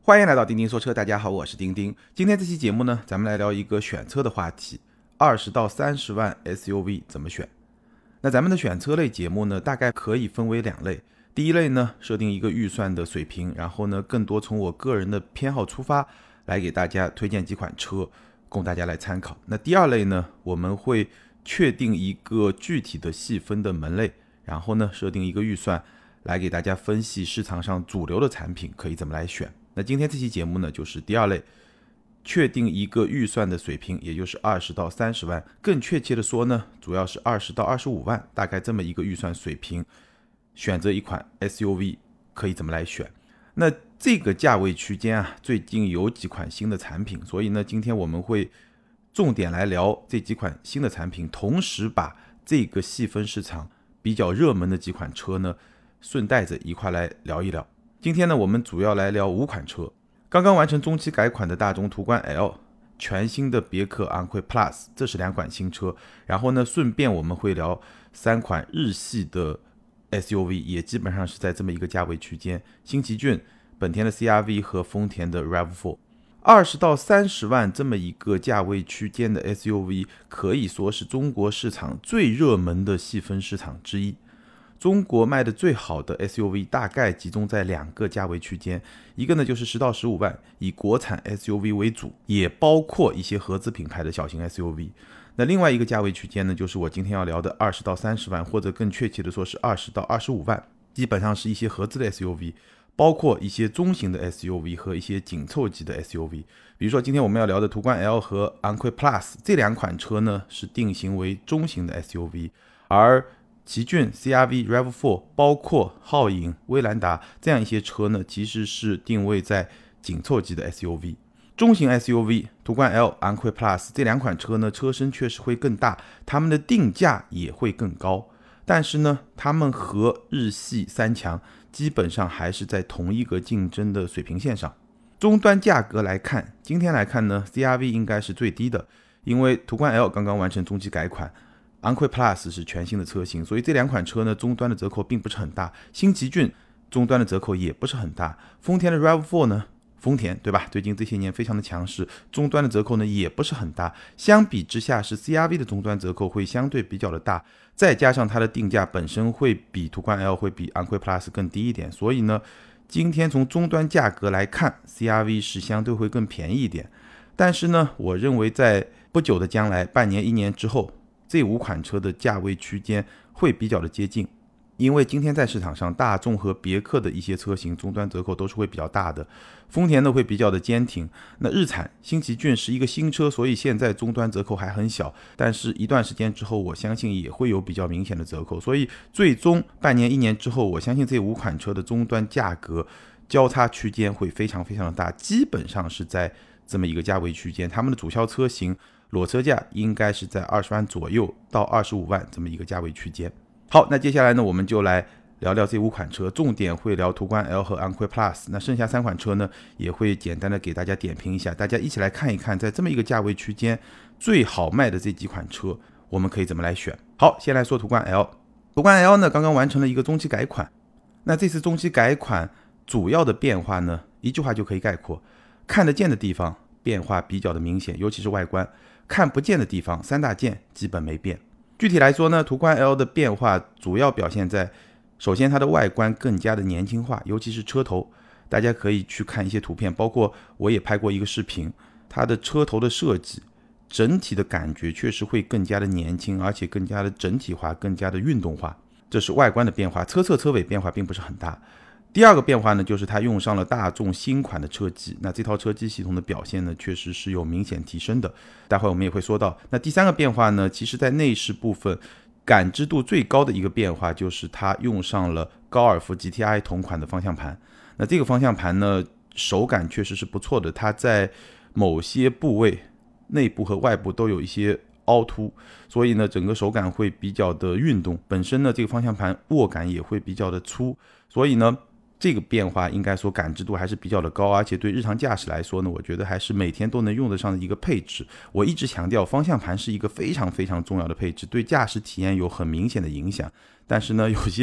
欢迎来到钉钉说车，大家好，我是钉钉。今天这期节目呢，咱们来聊一个选车的话题，20到30万 SUV 怎么选。那咱们的选车类节目呢，大概可以分为两类。第一类呢，设定一个预算的水平，然后呢，更多从我个人的偏好出发，来给大家推荐几款车，供大家来参考。那第二类呢，我们会确定一个具体的细分的门类，然后呢，设定一个预算，来给大家分析市场上主流的产品可以怎么来选。那今天这期节目呢，就是第二类，确定一个预算的水平，也就是20到30万，更确切的说呢，主要是20到25万，大概这么一个预算水平，选择一款 SUV 可以怎么来选。那这个价位区间啊，最近有几款新的产品，所以呢，今天我们会重点来聊这几款新的产品，同时把这个细分市场比较热门的几款车呢，顺带着一块来聊一聊。今天呢，我们主要来聊5款车。刚刚完成中期改款的大众途观 L， 全新的别克昂科威 Plus， 这是2款新车。然后呢，顺便我们会聊3款日系的 SUV， 也基本上是在这么一个价位区间，新奇骏、本田的 CR-V 和丰田的 RAV4。20到30万这么一个价位区间的 SUV， 可以说是中国市场最热门的细分市场之一。中国卖的最好的 SUV 大概集中在2个价位区间，一个呢就是10到15万，以国产 SUV 为主，也包括一些合资品牌的小型 SUV。那另外一个价位区间呢，就是我今天要聊的20到30万，或者更确切的说是20到25万，基本上是一些合资的 SUV， 包括一些中型的 SUV 和一些紧凑级的 SUV。比如说今天我们要聊的途观 L 和昂科威 Plus 这2款车呢，是定型为中型的 SUV， 而奇骏、CR-V、RAV4 包括皓影、威兰达这样一些车呢，其实是定位在紧凑级的 SUV。中型 SUV 途观 L、昂科威 Plus 这2款车呢，车身确实会更大，它们的定价也会更高，但是呢，它们和日系3强基本上还是在同一个竞争的水平线上。终端价格来看，今天来看呢， CR-V 应该是最低的，因为途观 L 刚刚完成中期改款，昂科威 Plus 是全新的车型，所以这2款车呢，终端的折扣并不是很大。新奇骏终端的折扣也不是很大。丰田的 RAV4 呢，丰田对吧？最近这些年非常的强势，终端的折扣呢也不是很大。相比之下，是 CR-V 的终端折扣会相对比较的大，再加上它的定价本身会比途观 L 会比昂科威 Plus 更低一点，所以呢，今天从终端价格来看 ，CR-V 是相对会更便宜一点。但是呢，我认为在不久的将来，半年、1年之后，这5款车的价位区间会比较的接近，因为今天在市场上，大众和别克的一些车型终端折扣都是会比较大的，丰田呢会比较的坚挺。那日产新奇骏是一个新车，所以现在终端折扣还很小，但是一段时间之后，我相信也会有比较明显的折扣，所以最终半年、1年之后，我相信这5款车的终端价格交叉区间会非常非常的大，基本上是在这么一个价位区间，他们的主销车型裸车价应该是在20万左右到25万这么一个价位区间。好，那接下来呢，我们就来聊聊这5款车，重点会聊途观 L 和昂科威 Plus， 那剩下3款车呢，也会简单的给大家点评一下，大家一起来看一看，在这么一个价位区间最好卖的这几款车，我们可以怎么来选。好，先来说途观 L。途观 L 呢，刚刚完成了一个中期改款，那这次中期改款主要的变化呢，一句话就可以概括，看得见的地方变化比较的明显，尤其是外观。看不见的地方，3大件基本没变。具体来说呢，途观 L 的变化主要表现在，首先它的外观更加的年轻化，尤其是车头，大家可以去看一些图片，包括我也拍过一个视频，它的车头的设计，整体的感觉确实会更加的年轻，而且更加的整体化，更加的运动化。这是外观的变化，车侧车尾变化并不是很大。第二个变化呢，就是它用上了大众新款的车机，那这套车机系统的表现呢，确实是有明显提升的，待会我们也会说到。那第3个变化呢，其实在内饰部分感知度最高的一个变化，就是它用上了高尔夫 GTI 同款的方向盘。那这个方向盘呢，手感确实是不错的，它在某些部位内部和外部都有一些凹凸，所以呢整个手感会比较的运动，本身呢这个方向盘握感也会比较的粗，所以呢这个变化应该说感知度还是比较的高，而且对日常驾驶来说呢，我觉得还是每天都能用得上的一个配置。我一直强调方向盘是一个非常非常重要的配置，对驾驶体验有很明显的影响，但是呢有些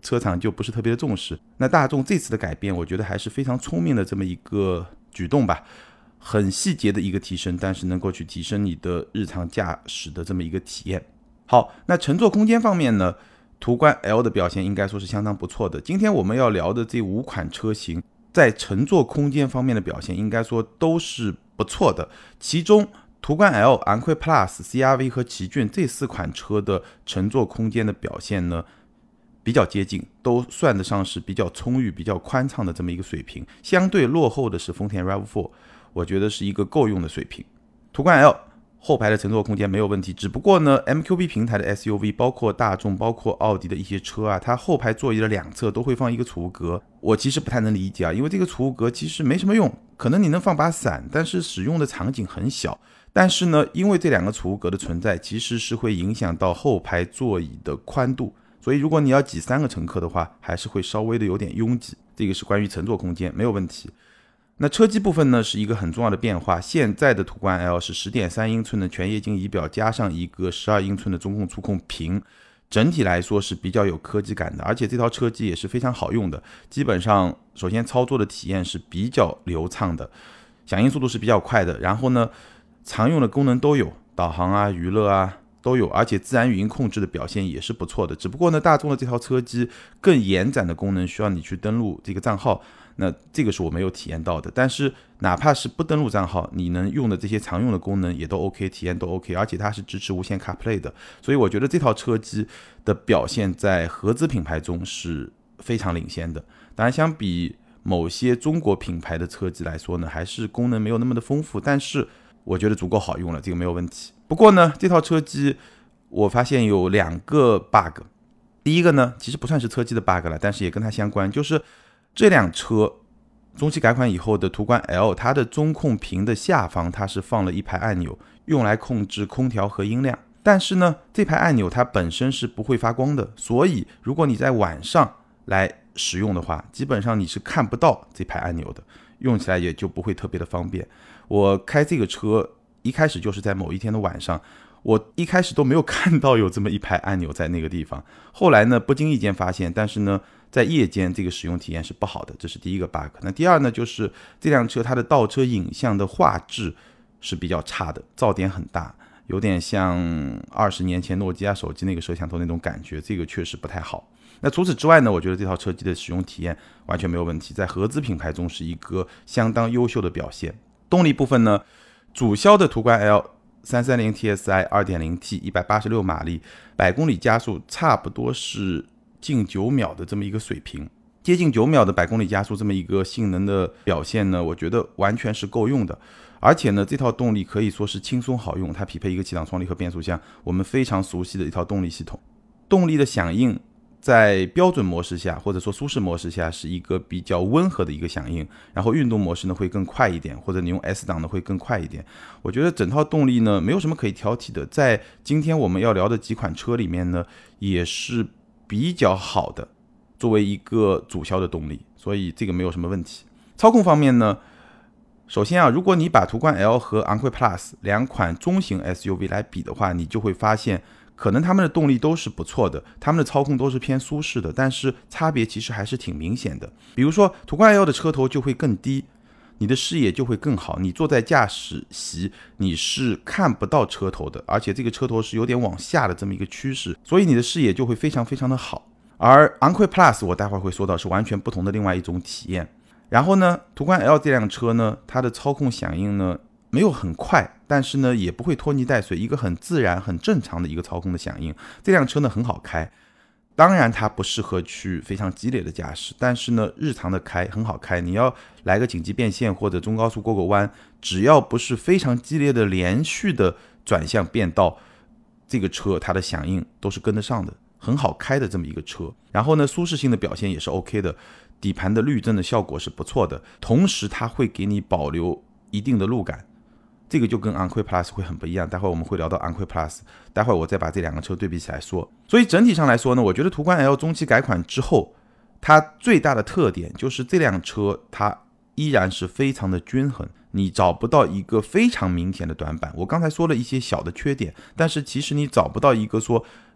车厂就不是特别的重视。那大众这次的改变，我觉得还是非常聪明的这么一个举动吧，很细节的一个提升，但是能够去提升你的日常驾驶的这么一个体验。好，那乘坐空间方面呢，途观 L 的表现应该说是相当不错的。今天我们要聊的这5款车型在乘坐空间方面的表现应该说都是不错的，其中途观 L、昂科威 Plus、CR-V 和奇骏这4款车的乘坐空间的表现呢比较接近，都算得上是比较充裕、比较宽敞的这么一个水平。相对落后的是丰田 RAV4， 我觉得是一个够用的水平。途观 L后排的乘坐空间没有问题，只不过呢 MQB 平台的 SUV 包括大众包括奥迪的一些车啊，它后排座椅的两侧都会放一个储物格，我其实不太能理解啊，因为这个储物格其实没什么用，可能你能放把伞，但是使用的场景很小。但是呢，因为这2个储物格的存在，其实是会影响到后排座椅的宽度，所以如果你要挤3个乘客的话，还是会稍微的有点拥挤。这个是关于乘坐空间，没有问题。那车机部分呢，是一个很重要的变化。现在的途观 L 是 10.3 英寸的全液晶仪表，加上一个12英寸的中控触控屏，整体来说是比较有科技感的，而且这套车机也是非常好用的。基本上，首先操作的体验是比较流畅的，响应速度是比较快的。然后呢，常用的功能都有，导航啊、娱乐啊都有，而且自然语音控制的表现也是不错的。只不过呢，大众的这套车机更延展的功能需要你去登录这个账号。那这个是我没有体验到的，但是哪怕是不登录账号，你能用的这些常用的功能也都 OK， 体验都 OK， 而且它是支持无线 CarPlay 的，所以我觉得这套车机的表现在合资品牌中是非常领先的。当然，相比某些中国品牌的车机来说呢，还是功能没有那么的丰富，但是我觉得足够好用了，这个没有问题。不过呢，这套车机我发现有2个 bug， 第一个呢，其实不算是车机的 bug 了，但是也跟它相关，就是这辆车中期改款以后的途观 L， 它的中控屏的下方它是放了一排按钮，用来控制空调和音量。但是呢，这排按钮它本身是不会发光的，所以如果你在晚上来使用的话，基本上你是看不到这排按钮的，用起来也就不会特别的方便。我开这个车一开始就是在某一天的晚上，我一开始都没有看到有这么一排按钮在那个地方，后来呢不经意间发现，但是呢在夜间这个使用体验是不好的，这是第一个 bug。 那第二呢，就是这辆车它的倒车影像的画质是比较差的，噪点很大，有点像20年前诺基亚手机那个摄像头那种感觉，这个确实不太好。那除此之外呢，我觉得这套车机的使用体验完全没有问题，在合资品牌中是一个相当优秀的表现。动力部分呢，主销的途观 L 330 TSI 2.0T 186马力，100公里加速差不多是近9秒的这么一个水平，接近9秒的100公里加速这么一个性能的表现呢，我觉得完全是够用的。而且呢，这套动力可以说是轻松好用，它匹配一个7档双离合变速箱，我们非常熟悉的一套动力系统。动力的响应在标准模式下或者说舒适模式下是一个比较温和的一个响应，然后运动模式呢会更快一点，或者你用 S 档呢会更快一点。我觉得整套动力呢没有什么可以挑剔的，在今天我们要聊的几款车里面呢也是比较好的，作为一个主销的动力，所以这个没有什么问题。操控方面呢，首先啊，如果你把途观 L 和昂科威 Plus 2款中型 SUV 来比的话，你就会发现可能他们的动力都是不错的，他们的操控都是偏舒适的，但是差别其实还是挺明显的。比如说途观 L 的车头就会更低，你的视野就会更好，你坐在驾驶席你是看不到车头的，而且这个车头是有点往下的这么一个趋势，所以你的视野就会非常非常的好。而昂科威 Plus 我待会儿会说到是完全不同的另外一种体验。然后呢，途观 L 这辆车呢，它的操控响应呢没有很快，但是呢也不会拖泥带水，一个很自然很正常的一个操控的响应。这辆车呢很好开，当然它不适合去非常激烈的驾驶，但是呢日常的开很好开，你要来个紧急变线或者中高速过个弯，只要不是非常激烈的连续的转向变道，这个车它的响应都是跟得上的，很好开的这么一个车。然后呢舒适性的表现也是 OK 的，底盘的滤震的效果是不错的，同时它会给你保留一定的路感，这个就跟昂科威 Plus 会很不一样，待会我们会聊到昂科威 Plus， 待会我再把这2个车对比起来说。所以整体上来说呢，我觉得途观 L 中期改款之后，它最大的特点就是这辆车它依然是非常的均衡，你找不到一个非常明显的短板。我刚才说了一些小的缺点，但是其实你找不到一个说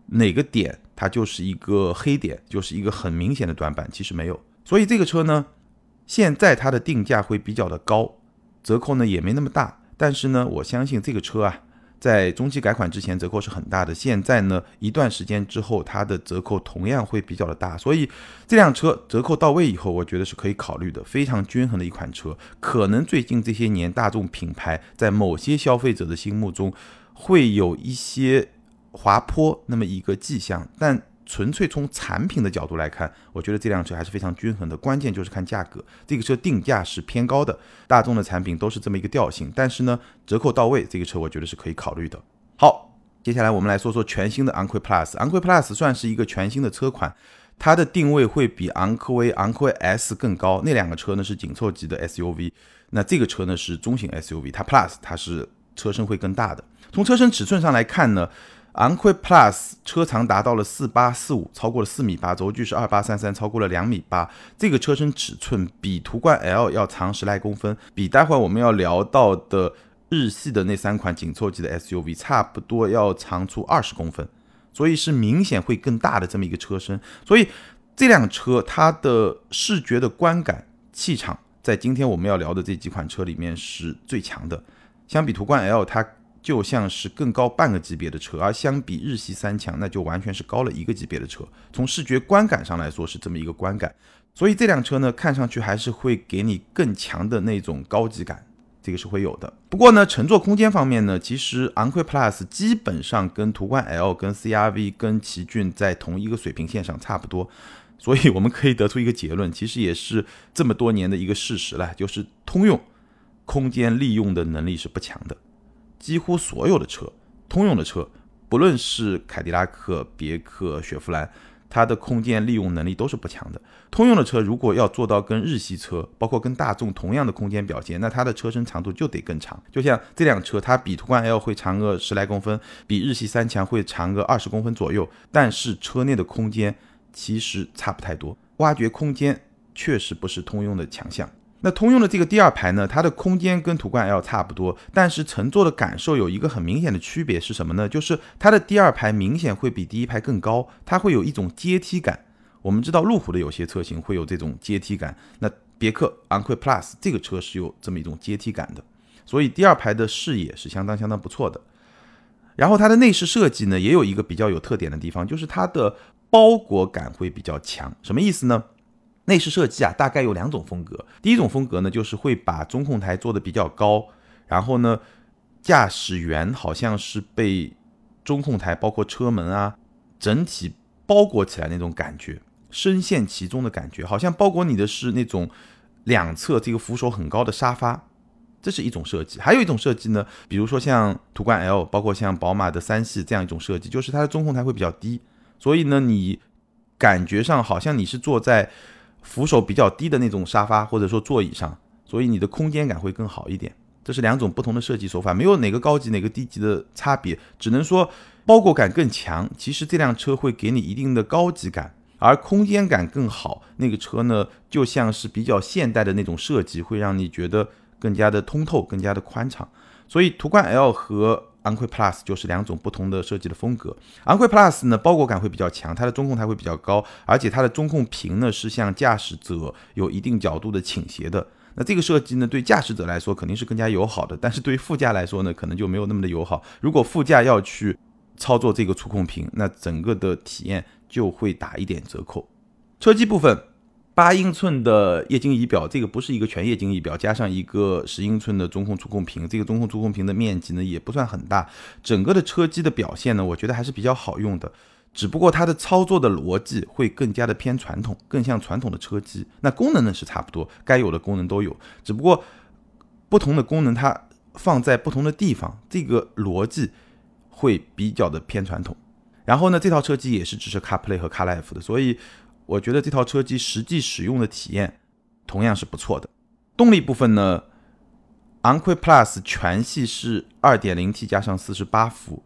哪个点它就是一个黑点，就是一个很明显的短板，其实没有。所以这个车呢，现在它的定价会比较的高，折扣呢也没那么大，但是呢，我相信这个车啊，在中期改款之前折扣是很大的，现在呢一段时间之后，它的折扣同样会比较的大，所以这辆车折扣到位以后，我觉得是可以考虑的，非常均衡的一款车。可能最近这些年大众品牌在某些消费者的心目中会有一些滑坡那么一个迹象，但纯粹从产品的角度来看，我觉得这辆车还是非常均衡的，关键就是看价格。这个车定价是偏高的，大众的产品都是这么一个调性，但是呢，折扣到位，这个车我觉得是可以考虑的。好，接下来我们来说说全新的昂科威 Plus。昂科威 Plus 算是一个全新的车款，它的定位会比昂科威 S 更高，那两个车呢是紧凑级的 SUV， 那这个车呢是中型 SUV， 它 Plus 它是车身会更大的。从车身尺寸上来看呢，昂科威 Plus 车长达到了4845，超过了4.8米，轴距是2833，超过了2.8米。这个车身尺寸比途观 L 要长10来公分，比待会我们要聊到的日系的那3款紧凑级的 SUV 差不多要长出20公分，所以是明显会更大的这么一个车身。所以这辆车它的视觉的观感、气场，在今天我们要聊的这几款车里面是最强的。相比途观 L， 它就像是更高半个级别的车，而相比日系3强，那就完全是高了1个级别的车。从视觉观感上来说是这么一个观感，所以这辆车呢，看上去还是会给你更强的那种高级感，这个是会有的。不过呢，乘坐空间方面呢，其实昂科威 Plus 基本上跟途观 L、跟 CR-V、跟奇骏在同一个水平线上差不多。所以我们可以得出一个结论，其实也是这么多年的一个事实了，就是通用空间利用的能力是不强的。几乎所有的车，通用的车，不论是凯迪拉克、别克、雪佛兰，它的空间利用能力都是不强的。通用的车如果要做到跟日系车，包括跟大众同样的空间表现，那它的车身长度就得更长。就像这辆车，它比途观 L 会长个10来公分，比日系3强会长个20公分左右，但是车内的空间其实差不太多，挖掘空间确实不是通用的强项。那通用的这个第二排呢，它的空间跟途观 L 差不多，但是乘坐的感受有一个很明显的区别是什么呢？就是它的第二排明显会比第一排更高，它会有一种阶梯感。我们知道路虎的有些车型会有这种阶梯感，那别克昂科威 Plus 这个车是有这么一种阶梯感的，所以第二排的视野是相当不错的。然后它的内饰设计呢，也有一个比较有特点的地方，就是它的包裹感会比较强。什么意思呢？内饰设计啊，大概有2种风格。第一种风格呢，就是会把中控台做得比较高，然后呢，驾驶员好像是被中控台包括车门啊整体包裹起来那种感觉，深陷其中的感觉，好像包裹你的是那种两侧这个扶手很高的沙发，这是一种设计。还有一种设计呢，比如说像途观 L， 包括像宝马的3系这样一种设计，就是它的中控台会比较低，所以呢，你感觉上好像你是坐在扶手比较低的那种沙发或者说座椅上，所以你的空间感会更好一点。这是2种不同的设计手法，没有哪个高级哪个低级的差别，只能说包裹感更强，其实这辆车会给你一定的高级感，而空间感更好，那个车呢就像是比较现代的那种设计，会让你觉得更加的通透，更加的宽敞。所以途观 L 和昂科威 Plus 就是2种不同的设计的风格。昂科威 Plus 呢，包裹感会比较强，它的中控台会比较高，而且它的中控屏呢是向驾驶者有一定角度的倾斜的。那这个设计呢，对驾驶者来说肯定是更加友好的，但是对于副驾来说呢，可能就没有那么的友好。如果副驾要去操作这个触控屏，那整个的体验就会打一点折扣。车机部分，8英寸的液晶仪表，这个不是一个全液晶仪表，加上一个10英寸的中控触控屏，这个中控触控屏的面积呢也不算很大，整个的车机的表现呢，我觉得还是比较好用的。只不过它的操作的逻辑会更加的偏传统，更像传统的车机。那功能呢是差不多，该有的功能都有，只不过不同的功能它放在不同的地方，这个逻辑会比较的偏传统。然后呢，这套车机也是支持 CarPlay 和 CarLife 的，所以我觉得这套车机实际使用的体验同样是不错的。动力部分呢，昂科威 Plus 全系是 2.0T 加上48伏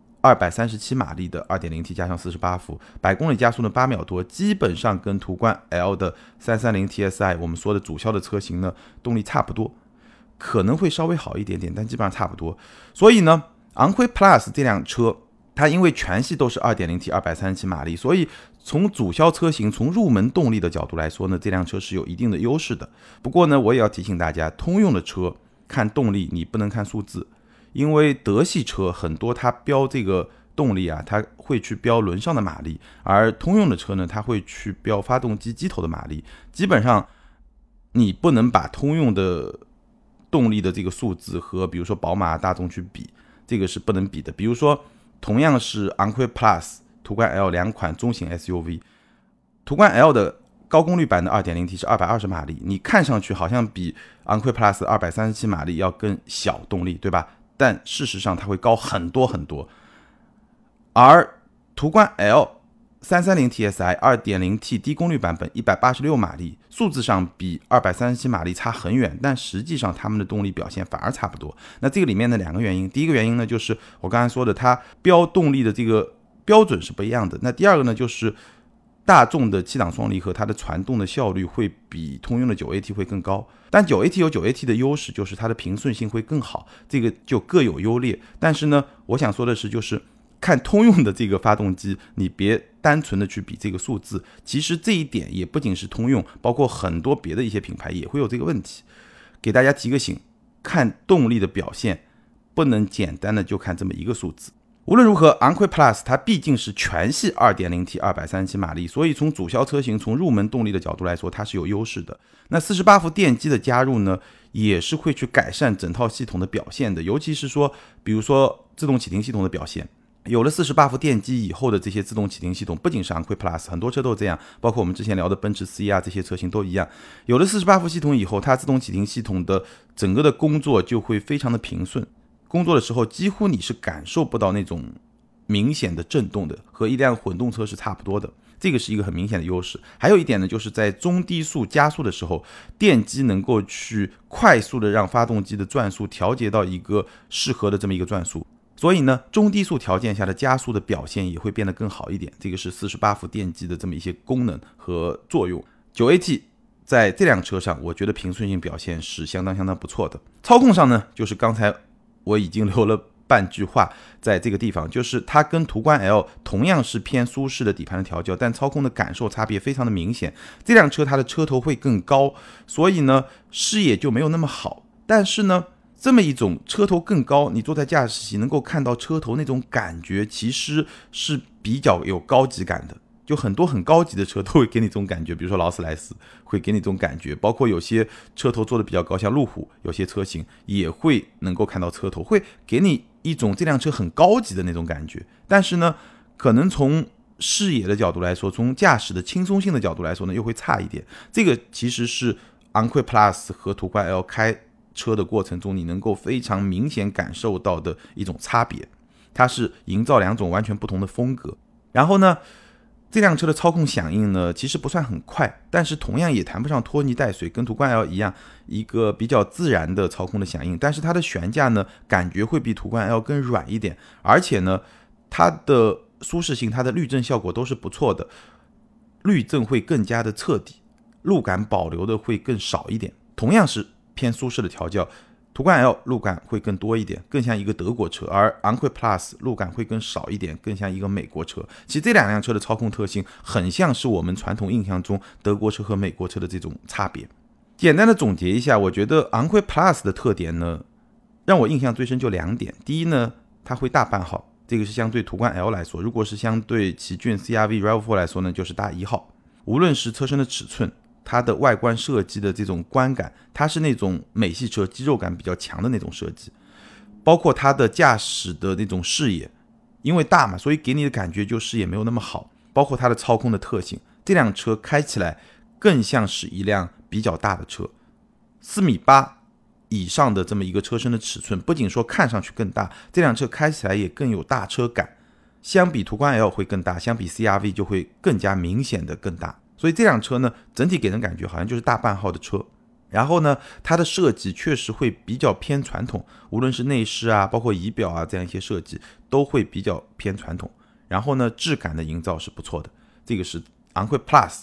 237马力的 2.0T 加上48伏，100公里加速呢8秒多，基本上跟途观 L 的 330TSI 我们说的主销的车型呢动力差不多，可能会稍微好一点点，但基本上差不多。所以呢，昂科威 Plus 这辆车它因为全系都是 2.0T 237马力，所以从主销车型从入门动力的角度来说呢，这辆车是有一定的优势的。不过呢，我也要提醒大家，通用的车看动力你不能看数字，因为德系车很多它标这个动力啊，它会去标轮上的马力，而通用的车呢，它会去标发动机机头的马力。基本上你不能把通用的动力的这个数字和比如说宝马、大众去比，这个是不能比的。比如说同样是昂科威 Plus、途观 L 两款中型 SUV， 途观 L 的高功率版的 2.0T 是220马力，你看上去好像比昂科威 Plus 237马力要更小动力，对吧？但事实上它会高很多很多。而途观 L 330 TSI 2.0T 低功率版本186马力，数字上比237马力差很远，但实际上它们的动力表现反而差不多。那这个里面的两个原因，第一个原因呢，就是我刚才说的，它标动力的这个标准是不一样的。那第二个呢，就是大众的7档双离合它的传动的效率会比通用的 9AT 会更高，但 9AT 有 9AT 的优势，就是它的平顺性会更好，这个就各有优劣。但是呢，我想说的是，就是看通用的这个发动机，你别单纯的去比这个数字，其实这一点也不仅是通用，包括很多别的一些品牌也会有这个问题。给大家提个醒，看动力的表现不能简单的就看这么一个数字。无论如何，昂科威 Plus 它毕竟是全系 2.0T 237马力，所以从主销车型从入门动力的角度来说，它是有优势的。那48伏电机的加入呢，也是会去改善整套系统的表现的，尤其是说比如说自动启停系统的表现。有了48伏电机以后的这些自动启停系统，不仅是昂科威 Plus， 很多车都这样，包括我们之前聊的奔驰 C 啊，这些车型都一样。有了48伏系统以后，它自动启停系统的整个的工作就会非常的平顺，工作的时候几乎你是感受不到那种明显的震动的，和一辆混动车是差不多的，这个是一个很明显的优势。还有一点呢，就是在中低速加速的时候，电机能够去快速的让发动机的转速调节到一个适合的这么一个转速，所以呢，中低速条件下的加速的表现也会变得更好一点，这个是48伏电机的这么一些功能和作用。9AT 在这辆车上，我觉得平顺性表现是相当不错的。操控上呢，就是刚才我已经留了半句话在这个地方，就是它跟途观 L 同样是偏舒适的底盘的调教，但操控的感受差别非常的明显。这辆车它的车头会更高，所以呢视野就没有那么好，但是呢这么一种车头更高，你坐在驾驶席能够看到车头那种感觉，其实是比较有高级感的。就很多很高级的车都会给你这种感觉，比如说劳斯莱斯会给你这种感觉，包括有些车头做的比较高，像路虎有些车型也会能够看到车头，会给你一种这辆车很高级的那种感觉。但是呢，可能从视野的角度来说，从驾驶的轻松性的角度来说呢，又会差一点。这个其实是昂科威 Plus 和途观 L 开车的过程中你能够非常明显感受到的一种差别，它是营造两种完全不同的风格。然后呢，这辆车的操控响应呢，其实不算很快，但是同样也谈不上拖泥带水，跟途观 L 一样，一个比较自然的操控的响应。但是它的悬架呢，感觉会比途观 L 更软一点，而且呢，它的舒适性、它的滤震效果都是不错的，滤震会更加的彻底，路感保留的会更少一点。同样是偏舒适的调教，途观 L 路感会更多一点，更像一个德国车，而昂科威 Plus 路感会更少一点，更像一个美国车。其实这两辆车的操控特性很像是我们传统印象中德国车和美国车的这种差别。简单的总结一下，我觉得昂科威 Plus 的特点呢，让我印象最深就两点。第一呢，它会大半号，这个是相对途观 L 来说，如果是相对奇骏 CR-V RAV4 来说呢，就是大1号。无论是车身的尺寸，它的外观设计的这种观感，它是那种美系车肌肉感比较强的那种设计，包括它的驾驶的那种视野，因为大嘛，所以给你的感觉就视野没有那么好，包括它的操控的特性，这辆车开起来更像是一辆比较大的车，4.8米以上的这么一个车身的尺寸，不仅说看上去更大，这辆车开起来也更有大车感，相比途观 L 会更大，相比 CR-V 就会更加明显的更大。所以这辆车呢，整体给人感觉好像就是大半号的车。然后呢，它的设计确实会比较偏传统，无论是内饰啊，包括仪表啊，这样一些设计都会比较偏传统。然后呢，质感的营造是不错的，这个是昂科威 Plus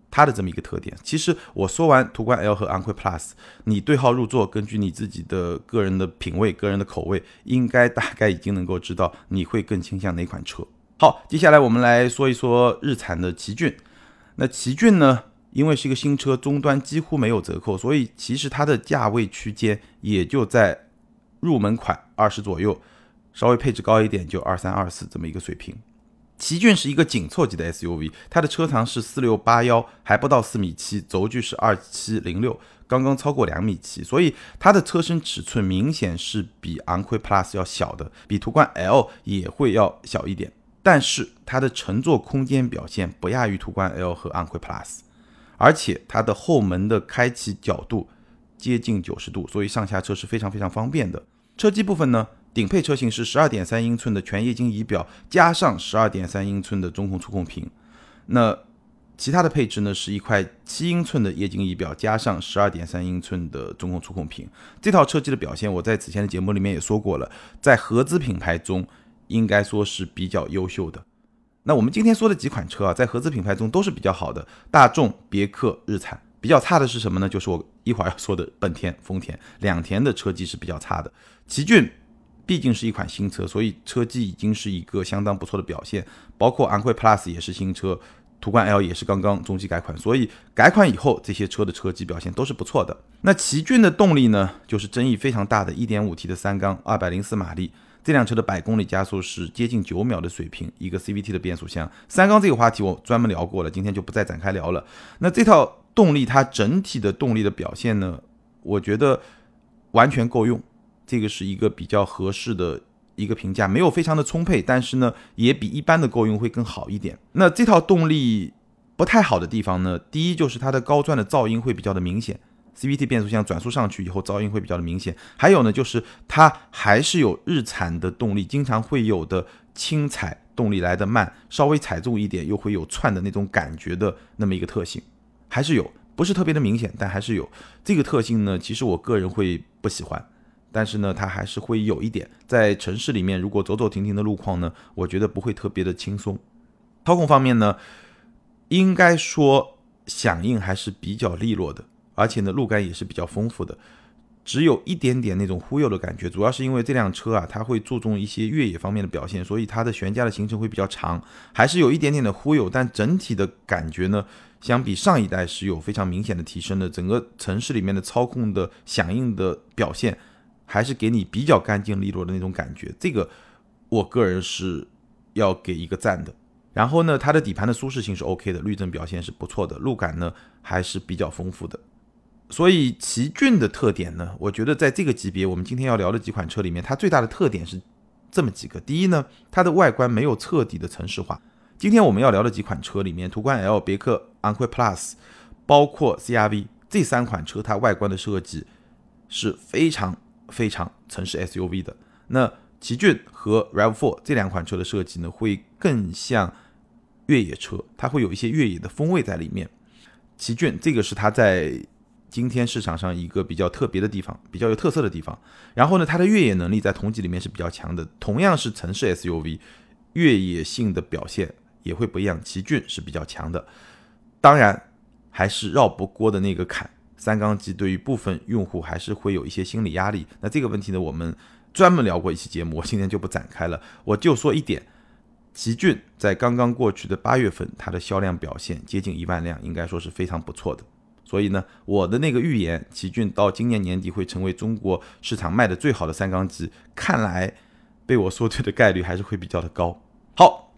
它的这么一个特点。其实我说完途观 L 和昂科威 Plus， 你对号入座，根据你自己的个人的品味、个人的口味，应该大概已经能够知道你会更倾向哪款车。好，接下来我们来说一说日产的奇骏。那奇骏呢，因为是一个新车，终端几乎没有折扣，所以其实它的价位区间也就在入门款20左右，稍微配置高一点就23、24这么一个水平。奇骏是一个紧凑级的 SUV， 它的车长是4681，还不到4.7米，轴距是2706，刚刚超过2.7米，所以它的车身尺寸明显是比昂科威 Plus 要小的，比途观 L 也会要小一点。但是它的乘坐空间表现不亚于途观 L 和昂科威 Plus， 而且它的后门的开启角度接近90度，所以上下车是非常非常方便的。车机部分呢，顶配车型是 12.3 英寸的全液晶仪表，加上 12.3 英寸的中控触控屏。那其他的配置呢，是一块7英寸的液晶仪表，加上 12.3 英寸的中控触控屏。这套车机的表现，我在此前的节目里面也说过了，在合资品牌中应该说是比较优秀的。那我们今天说的几款车啊，在合资品牌中都是比较好的，大众、别克、日产。比较差的是什么呢？就是我一会儿要说的本田、丰田，两田的车机是比较差的。奇骏毕竟是一款新车，所以车机已经是一个相当不错的表现，包括昂科威 Plus 也是新车，途观 L 也是刚刚中期改款，所以改款以后这些车的车机表现都是不错的。那奇骏的动力呢，就是争议非常大的 1.5T 的三缸204马力，这辆车的百公里加速是接近9秒的水平，一个 CVT 的变速箱。三缸这个话题我专门聊过了，今天就不再展开聊了。那这套动力它整体的动力的表现呢，我觉得完全够用，这个是一个比较合适的一个评价，没有非常的充沛，但是呢也比一般的够用会更好一点。那这套动力不太好的地方呢，第一就是它的高转的噪音会比较的明显， CVT 变速箱转速上去以后噪音会比较的明显。还有呢，就是它还是有日产的动力经常会有的轻踩动力来的慢，稍微踩重一点又会有窜的那种感觉的那么一个特性，还是有，不是特别的明显，但还是有。这个特性呢，其实我个人会不喜欢，但是呢它还是会有一点，在城市里面如果走走停停的路况呢，我觉得不会特别的轻松。操控方面呢，应该说响应还是比较利落的，而且呢路感也是比较丰富的，只有一点点那种忽悠的感觉，主要是因为这辆车啊，它会注重一些越野方面的表现，所以它的悬架的行程会比较长，还是有一点点的忽悠，但整体的感觉呢，相比上一代是有非常明显的提升的。整个城市里面的操控的响应的表现，还是给你比较干净利落的那种感觉，这个我个人是要给一个赞的。然后呢，它的底盘的舒适性是 OK 的，滤震表现是不错的，路感呢还是比较丰富的。所以奇骏的特点呢，我觉得在这个级别我们今天要聊的几款车里面，它最大的特点是这么几个。第一呢，它的外观没有彻底的城市化。今天我们要聊的几款车里面，途观 L、别克昂科威 Plus 包括 CR-V 这三款车，它外观的设计是非常非常城市 SUV 的。那奇骏和 RAV4 这两款车的设计呢，会更像越野车，它会有一些越野的风味在里面。奇骏这个是它在今天市场上一个比较特别的地方，比较有特色的地方。然后呢，它的越野能力在同级里面是比较强的，同样是城市 SUV， 越野性的表现也会不一样，奇骏是比较强的。当然还是绕不过的那个坎，三缸机对于部分用户还是会有一些心理压力。那这个问题呢，我们专门聊过一期节目，我今天就不展开了，我就说一点，奇骏在刚刚过去的8月份，它的销量表现接近1万辆，应该说是非常不错的。所以呢，我的那个预言，奇骏到今年年底会成为中国市场卖的最好的三缸机，看来被我说对的概率还是会比较的高。好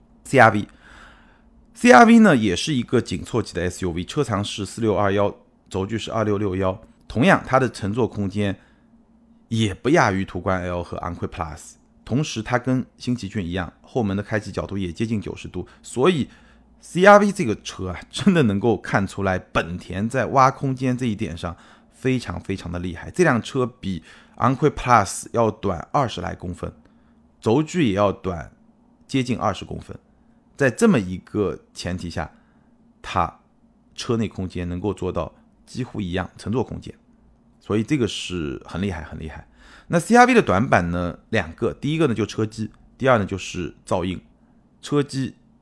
CR-V 呢也是一个紧凑级的 SUV， 车长是4621，轴距是2661，同样它的乘坐空间也不亚于途观 L 和昂科威 Plus， 同时它跟新奇骏一样，后门的开启角度也接近90度，所以CR-V 这个车啊，真的能够看出来本田在挖空间这一点上非常非常的厉害。这辆车比昂科威 Plus 要短20来公分，轴距也要短接近20公分。在这么一个前提下，它车内空间能够做到几乎一样，乘坐空间，所以这个是很厉害很厉害。那 CR-V 的短板呢两个，第一个呢就车机，第二呢就是噪音。车机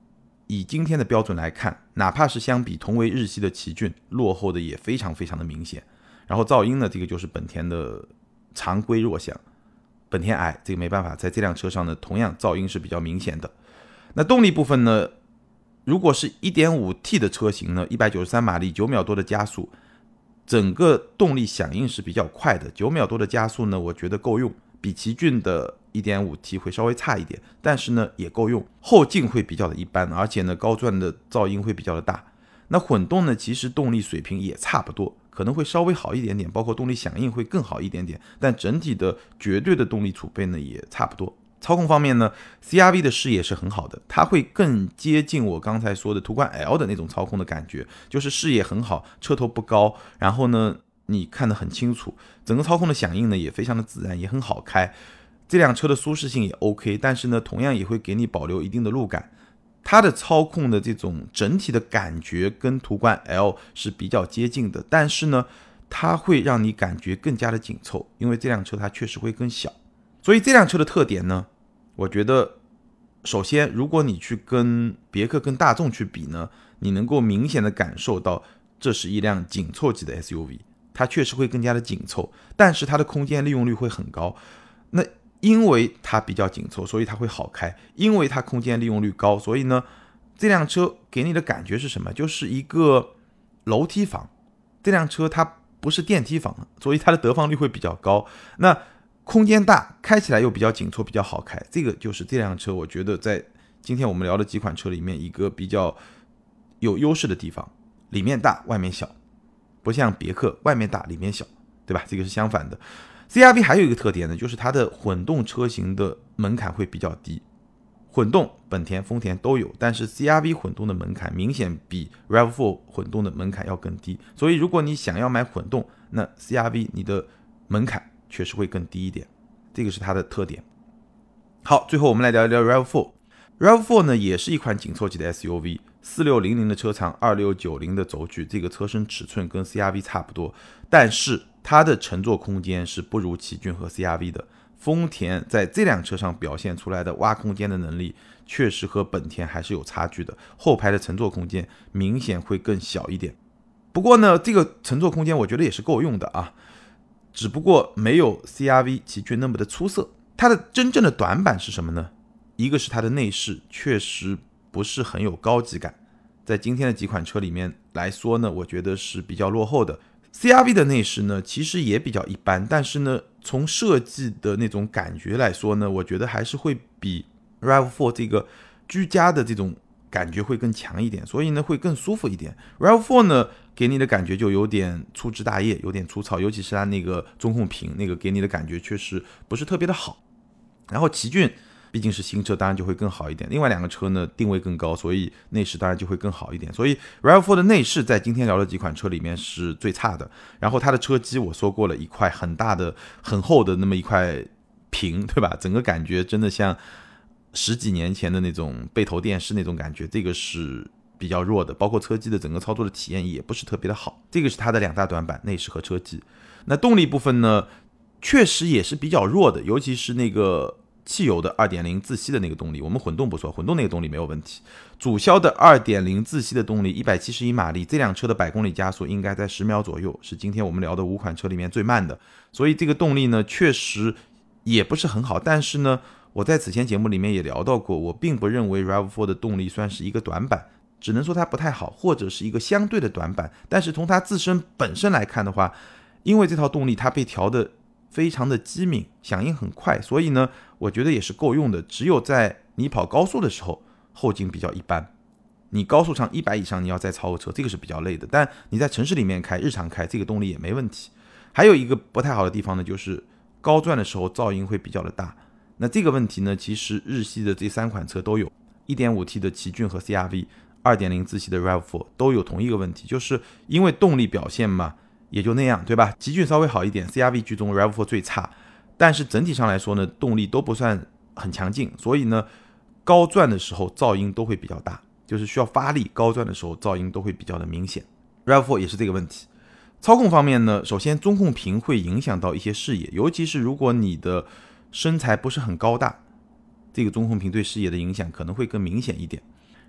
以今天的标准来看，哪怕是相比同为日系的奇骏，落后的也非常非常的明显。然后噪音呢，这个就是本田的常规弱项，本田矮，这个没办法，在这辆车上呢，同样噪音是比较明显的。那动力部分呢，如果是 1.5T 的车型呢，193马力，9秒多的加速，整个动力响应是比较快的，9秒多的加速呢，我觉得够用，比奇骏的 1.5T 会稍微差一点，但是呢也够用。后劲会比较的一般，而且呢高转的噪音会比较的大。那混动呢，其实动力水平也差不多，可能会稍微好一点点，包括动力响应会更好一点点，但整体的绝对的动力储备呢也差不多。操控方面呢 ，CR-V 的视野是很好的，它会更接近我刚才说的途观 L 的那种操控的感觉，就是视野很好，车头不高，然后呢你看得很清楚，整个操控的响应呢也非常的自然，也很好开。这辆车的舒适性也 OK， 但是呢同样也会给你保留一定的路感。它的操控的这种整体的感觉跟途观 L 是比较接近的，但是呢它会让你感觉更加的紧凑，因为这辆车它确实会更小。所以这辆车的特点呢，我觉得首先如果你去跟别克跟大众去比呢，你能够明显的感受到这是一辆紧凑级的 SUV， 它确实会更加的紧凑，但是它的空间利用率会很高。那因为它比较紧凑，所以它会好开，因为它空间利用率高，所以呢这辆车给你的感觉是什么？就是一个楼梯房。这辆车它不是电梯房，所以它的得房率会比较高。那空间大，开起来又比较紧凑，比较好开，这个就是这辆车我觉得在今天我们聊的几款车里面一个比较有优势的地方，里面大外面小，不像别克外面大里面小，对吧？这个是相反的。CR-V 还有一个特点呢，就是它的混动车型的门槛会比较低。混动本田丰田都有，但是 CR-V 混动的门槛明显比 RAV4 混动的门槛要更低，所以如果你想要买混动，那 CR-V 你的门槛确实会更低一点，这个是它的特点。好，最后我们来聊一聊 RAV4。RAV4 呢也是一款紧凑级的 SUV， 4600的车长， 2690的轴距，这个车身尺寸跟 CR-V 差不多，但是它的乘坐空间是不如奇骏和 CR-V 的。丰田在这辆车上表现出来的挖空间的能力确实和本田还是有差距的，后排的乘坐空间明显会更小一点。不过呢这个乘坐空间我觉得也是够用的啊，只不过没有 CR-V 奇骏那么的出色。它的真正的短板是什么呢？一个是它的内饰确实不是很有高级感，在今天的几款车里面来说呢，我觉得是比较落后的。CR-V 的内饰呢其实也比较一般，但是呢从设计的那种感觉来说呢，我觉得还是会比 RAV4 这个居家的这种感觉会更强一点，所以呢会更舒服一点。RAV4 呢给你的感觉就有点粗枝大叶，有点粗糙，尤其是它那个中控屏那个给你的感觉确实不是特别的好。然后奇骏毕竟是新车，当然就会更好一点。另外两个车呢定位更高，所以内饰当然就会更好一点。所以 RAV4 的内饰在今天聊的几款车里面是最差的。然后它的车机我说过了，一块很大的很厚的那么一块屏，对吧？整个感觉真的像10几年前的那种背投电视那种感觉，这个是比较弱的。包括车机的整个操作的体验也不是特别的好，这个是它的两大短板，内饰和车机。那动力部分呢确实也是比较弱的，尤其是那个汽油的 2.0 自吸的那个动力，我们混动不说，混动那个动力没有问题。主销的 2.0 自吸的动力171马力，这辆车的100公里加速应该在10秒左右，是今天我们聊的5款车里面最慢的。所以这个动力呢确实也不是很好，但是呢我在此前节目里面也聊到过，我并不认为 RAV4 的动力算是一个短板，只能说它不太好，或者是一个相对的短板。但是从它自身本身来看的话，因为这套动力它被调的非常的机敏，响应很快，所以呢我觉得也是够用的。只有在你跑高速的时候后劲比较一般，你高速上100以上你要再超个车，这个是比较累的。但你在城市里面开，日常开，这个动力也没问题。还有一个不太好的地方呢，就是高转的时候噪音会比较的大。那这个问题呢其实日系的这3款车都有， 1.5T 的奇骏和 CR-V， 2.0 自吸的 RAV4 都有同一个问题，就是因为动力表现嘛也就那样，对吧？奇骏稍微好一点， CR-V 居中， RAV4 最差，但是整体上来说呢动力都不算很强劲，所以呢高转的时候噪音都会比较大，就是需要发力，高转的时候噪音都会比较的明显。 RAV4 也是这个问题。操控方面呢，首先中控屏会影响到一些视野，尤其是如果你的身材不是很高大，这个中控屏对视野的影响可能会更明显一点。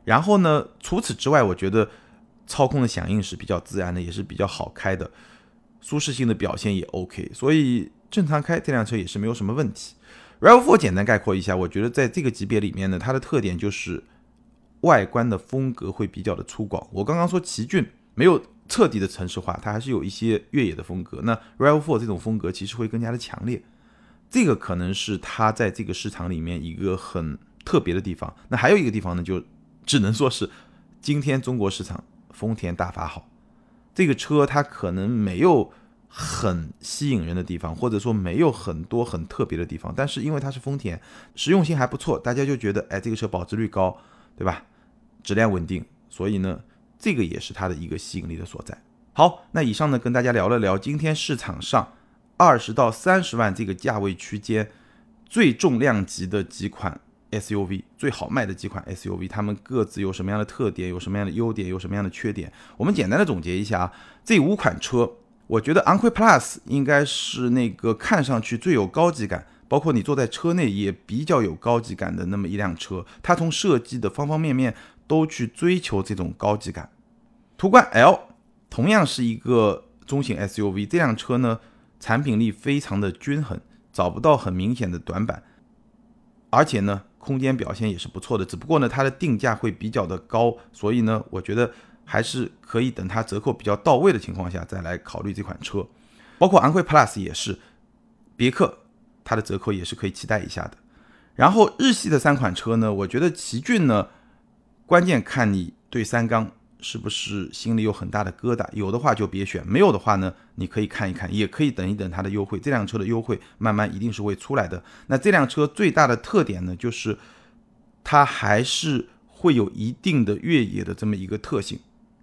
然后呢，除此之外，我觉得操控的响应是比较自然的，也是比较好开的，舒适性的表现也 OK， 所以正常开这辆车也是没有什么问题。RAV4 简单概括一下，我觉得在这个级别里面呢，它的特点就是外观的风格会比较的粗犷。我刚刚说奇骏没有彻底的城市化，它还是有一些越野的风格。那 RAV4 这种风格其实会更加的强烈，这个可能是它在这个市场里面一个很特别的地方。那还有一个地方呢，就只能说是今天中国市场丰田大法好，这个车它可能没有很吸引人的地方，或者说没有很多很特别的地方，但是因为它是丰田，实用性还不错，大家就觉得这个车保值率高，对吧？质量稳定，所以呢这个也是它的一个吸引力的所在。好，那以上呢跟大家聊了聊今天市场上20到30万这个价位区间最重量级的几款 SUV， 最好卖的几款 SUV， 它们各自有什么样的特点，有什么样的优点，有什么样的缺点。我们简单的总结一下啊，这5款车我觉得昂科威 Plus 应该是那个看上去最有高级感，包括你坐在车内也比较有高级感的那么一辆车，它从设计的方方面面都去追求这种高级感。途观 L 同样是一个中型 SUV， 这辆车呢产品力非常的均衡，找不到很明显的短板，而且呢空间表现也是不错的，只不过呢它的定价会比较的高，所以呢我觉得还是可以等它折扣比较到位的情况下再来考虑这款车。包括昂科威 Plus 也是，别克它的折扣也是可以期待一下的。然后日系的3款车呢，我觉得奇骏呢关键看你对三缸是不是心里有很大的疙瘩，有的话就别选，没有的话呢你可以看一看，也可以等一等它的优惠，这辆车的优惠慢慢一定是会出来的。那这辆车最大的特点呢，就是它还是会有一定的越野的这么一个特性。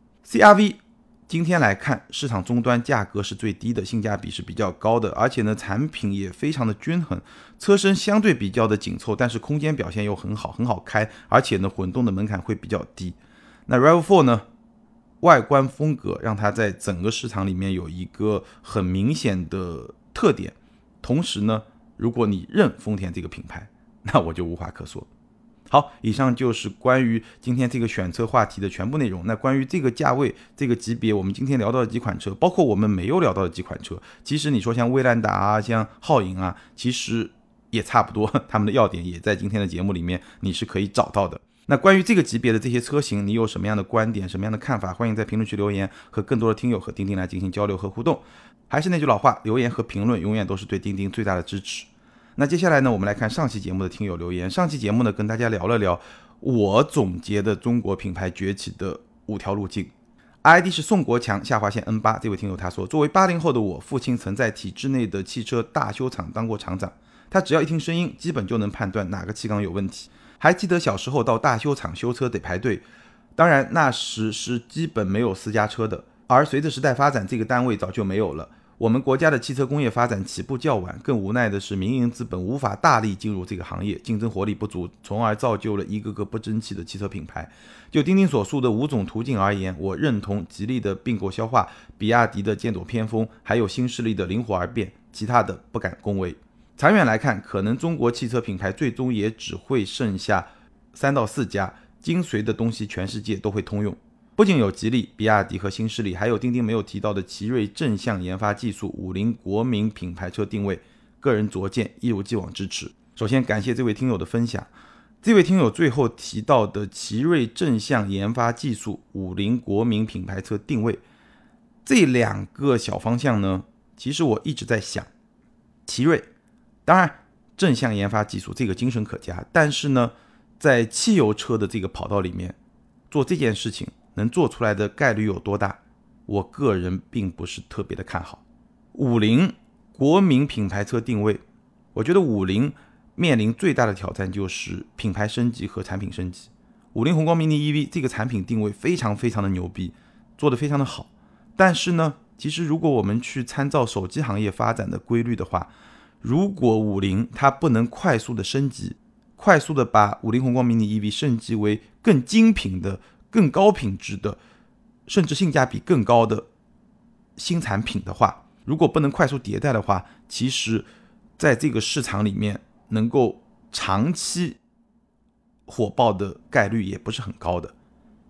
CR-V 今天来看市场终端价格是最低的，性价比是比较高的，而且呢产品也非常的均衡，车身相对比较的紧凑，但是空间表现又很好，很好开，而且呢混动的门槛会比较低。那 RAV4 呢，外观风格让它在整个市场里面有一个很明显的特点，同时呢如果你认丰田这个品牌，那我就无话可说。好，以上就是关于今天这个选车话题的全部内容。那关于这个价位这个级别，我们今天聊到的几款车，包括我们没有聊到的几款车，其实你说像威兰达啊，像皓影啊，其实也差不多，他们的要点也在今天的节目里面你是可以找到的。那关于这个级别的这些车型，你有什么样的观点，什么样的看法，欢迎在评论区留言，和更多的听友和钉钉来进行交流和互动。还是那句老话，留言和评论永远都是对钉钉最大的支持。那接下来呢，我们来看上期节目的听友留言。上期节目呢，跟大家聊了聊我总结的中国品牌崛起的5条路径。ID 是宋国强下划线 N8， 这位听友他说，作为80后的我，父亲曾在体制内的汽车大修厂当过厂长，他只要一听声音，基本就能判断哪个气缸有问题。还记得小时候到大修厂修车得排队，当然那时是基本没有私家车的，而随着时代发展，这个单位早就没有了。我们国家的汽车工业发展起步较晚，更无奈的是民营资本无法大力进入这个行业，竞争活力不足，从而造就了一个个不争气的汽车品牌。就钉钉所述的5种途径而言，我认同吉利的并购消化，比亚迪的剑走偏锋，还有新势力的灵活而变，其他的不敢恭维。长远来看，可能中国汽车品牌最终也只会剩下3到4家，精髓的东西全世界都会通用。不仅有吉利、比亚迪和新势力，还有钉钉没有提到的奇瑞正向研发技术、50国民品牌车定位，个人拙见，一如既往支持。首先感谢这位听友的分享。这位听友最后提到的奇瑞正向研发技术、50国民品牌车定位，这2个小方向呢，其实我一直在想，奇瑞当然正向研发技术这个精神可嘉，但是呢在汽油车的这个跑道里面做这件事情能做出来的概率有多大，我个人并不是特别的看好。50国民品牌车定位，我觉得50面临最大的挑战就是品牌升级和产品升级。50宏光 mini EV 这个产品定位非常非常的牛逼，做得非常的好，但是呢其实如果我们去参照手机行业发展的规律的话，如果50它不能快速的升级，快速的把50宏光 mini EV 升级为更精品的、更高品质的，甚至性价比更高的新产品的话，如果不能快速迭代的话，其实在这个市场里面能够长期火爆的概率也不是很高的。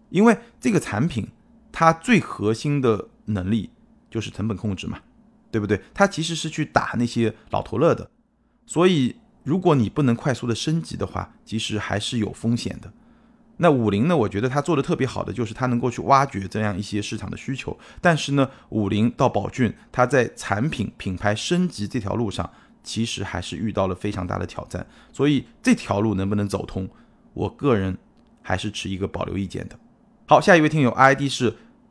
因为这个产品它最核心的能力就是成本控制嘛，对不对？它其实是去打那些老头乐的，所以如果你不能快速的升级的话，其实还是有风险的。那50呢，我觉得它做的特别好的就是它能够去挖掘这样一些市场的需求，但是呢，50到宝骏它在产品品牌升级这条路上其实还是遇到了非常大的挑战，所以这条路能不能走通，我个人还是持一个保留意见的。好，下一位听友 ID 是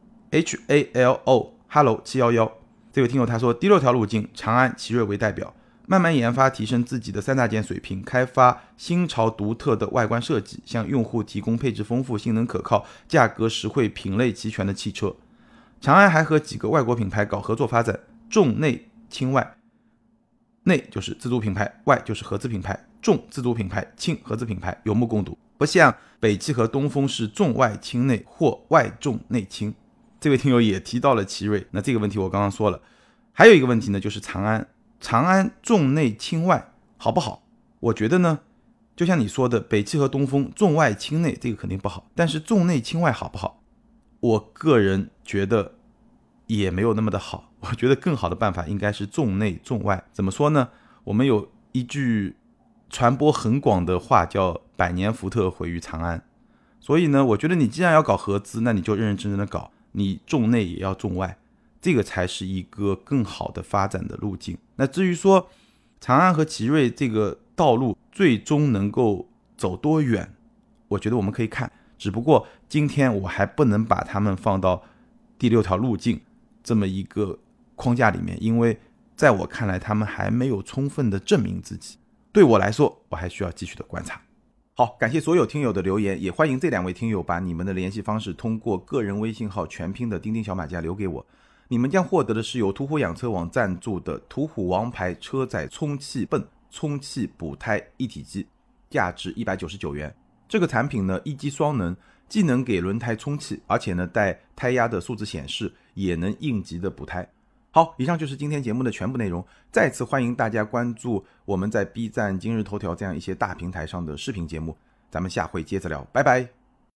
HALO Hello 711，这位听友他说，第6条路径，长安、奇瑞为代表，慢慢研发提升自己的3大件水平，开发新潮独特的外观设计，向用户提供配置丰富、性能可靠、价格实惠、品类齐全的汽车。长安还和几个外国品牌搞合作发展，重内轻外，内就是自主品牌，外就是合资品牌，重自主品牌，轻合资品牌，有目共睹。不像北汽和东风是重外轻内或外重内轻。这位听友也提到了奇瑞，那这个问题我刚刚说了。还有一个问题呢，就是长安重内轻外好不好？我觉得呢，就像你说的，北汽和东风重外轻内这个肯定不好，但是重内轻外好不好？我个人觉得也没有那么的好，我觉得更好的办法应该是重内重外。怎么说呢？我们有一句传播很广的话叫百年福特毁于长安，所以呢，我觉得你既然要搞合资，那你就认认真真的搞，你重内也要重外，这个才是一个更好的发展的路径。那至于说长安和奇瑞这个道路最终能够走多远，我觉得我们可以看，只不过今天我还不能把他们放到第6条路径这么一个框架里面，因为在我看来他们还没有充分的证明自己，对我来说我还需要继续的观察。好，感谢所有听友的留言，也欢迎这2位听友把你们的联系方式通过个人微信号全拼的钉钉小马甲留给我，你们将获得的是由途虎养车网赞助的途虎王牌车载充气泵充气补胎一体机，价值199元。这个产品呢，一机双能，既能给轮胎充气，而且呢带胎压的数字显示，也能应急的补胎。好，以上就是今天节目的全部内容。再次欢迎大家关注我们在 B 站、今日头条这样一些大平台上的视频节目。咱们下回接着聊，拜拜。